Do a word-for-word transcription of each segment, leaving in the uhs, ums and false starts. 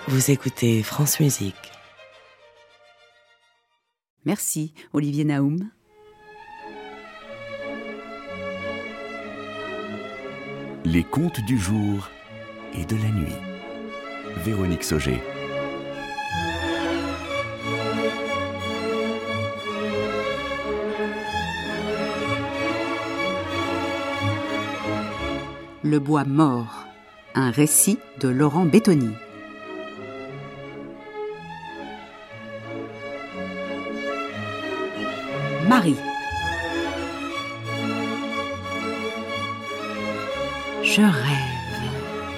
Vous écoutez France Musique. Merci, Olivier Naoum. Les contes du jour et de la nuit. Véronique Sauger. Le bois mort, un récit de Laurent Bétoni. Marie. Je rêve.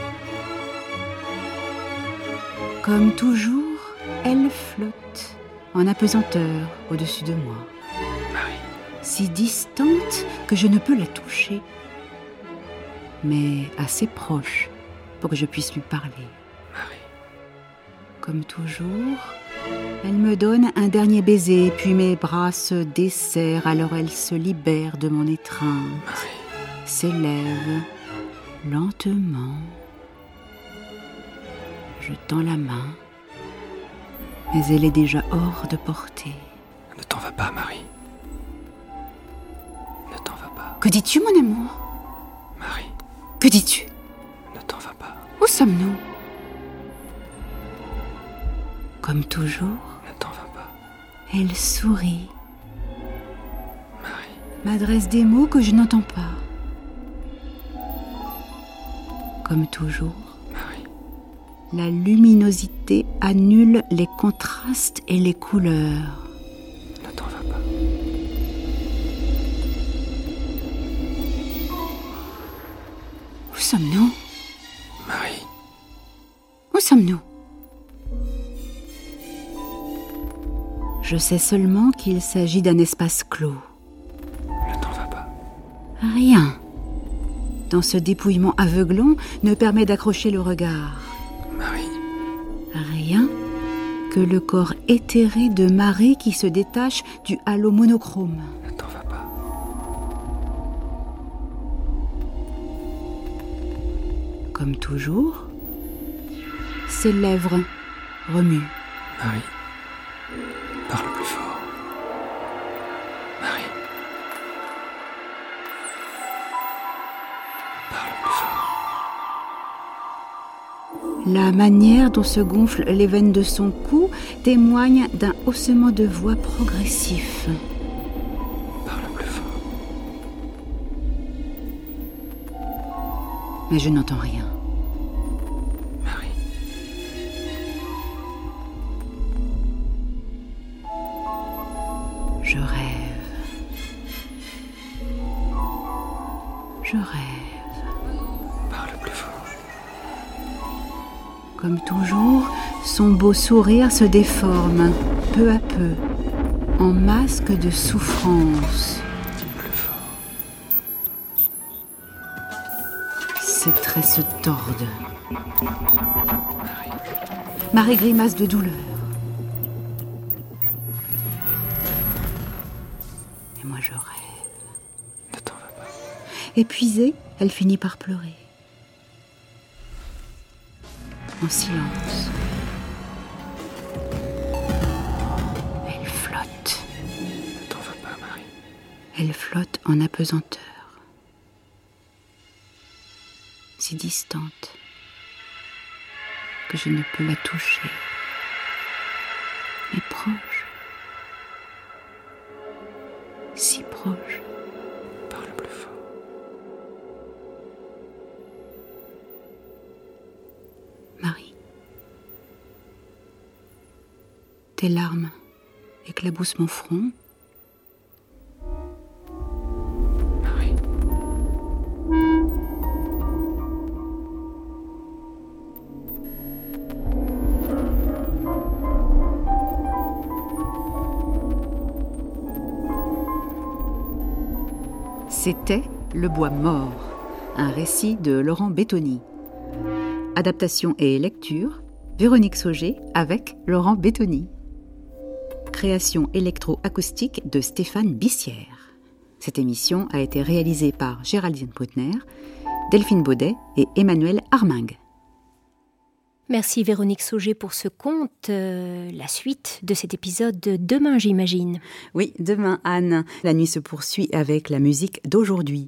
Comme toujours, elle flotte en apesanteur au-dessus de moi. Marie. Si distante que je ne peux la toucher, mais assez proche pour que je puisse lui parler. Marie. Comme toujours, elle me donne un dernier baiser, puis mes bras se desserrent, alors elle se libère de mon étreinte, Marie. s'élève lentement. Je tends la main, mais elle est déjà hors de portée. Ne t'en va pas, Marie. Ne t'en va pas. Que dis-tu, mon amour? Marie. Que dis-tu? Ne t'en va pas. Où sommes-nous? Comme toujours, Ne t'en va pas. elle sourit, Marie. m'adresse des mots que je n'entends pas. Comme toujours, Marie. la luminosité annule les contrastes et les couleurs. Ne t'en va pas. Où sommes-nous? Marie. Où sommes-nous? Je sais seulement qu'il s'agit d'un espace clos. Ne t'en va pas. Rien, dans ce dépouillement aveuglant, ne permet d'accrocher le regard. Marie. Rien que le corps éthéré de Marie qui se détache du halo monochrome. Ne t'en va pas. Comme toujours, ses lèvres remuent. Marie. Parle plus fort. Marie. Parle plus fort. La manière dont se gonflent les veines de son cou témoigne d'un haussement de voix progressif. Parle plus fort. Mais je n'entends rien. Marie. Je rêve. Je rêve. Parle plus fort. Comme toujours, son beau sourire se déforme, peu à peu, en masque de souffrance. Plus fort. Ses traits se tordent. Marie grimace de douleur. Et moi je rêve. Ne t'en va pas. Épuisée, elle finit par pleurer. En silence. Elle flotte. Ne t'en va pas, Marie. Elle flotte en apesanteur. Si distante que je ne peux la toucher. Mais proche. Si proche. Parle plus fort. Marie. Tes larmes éclaboussent mon front. Marie. C'était Le bois mort, un récit de Laurent Bétoni. Adaptation et lecture, Véronique Sauger avec Laurent Bétoni. Création électro-acoustique de Stéphane Bissière. Cette émission a été réalisée par Géraldine Brutner, Delphine Baudet et Emmanuel Armingue. Merci Véronique Sauger pour ce conte. Euh, la suite de cet épisode demain, j'imagine. Oui, demain, Anne. La nuit se poursuit avec la musique d'aujourd'hui.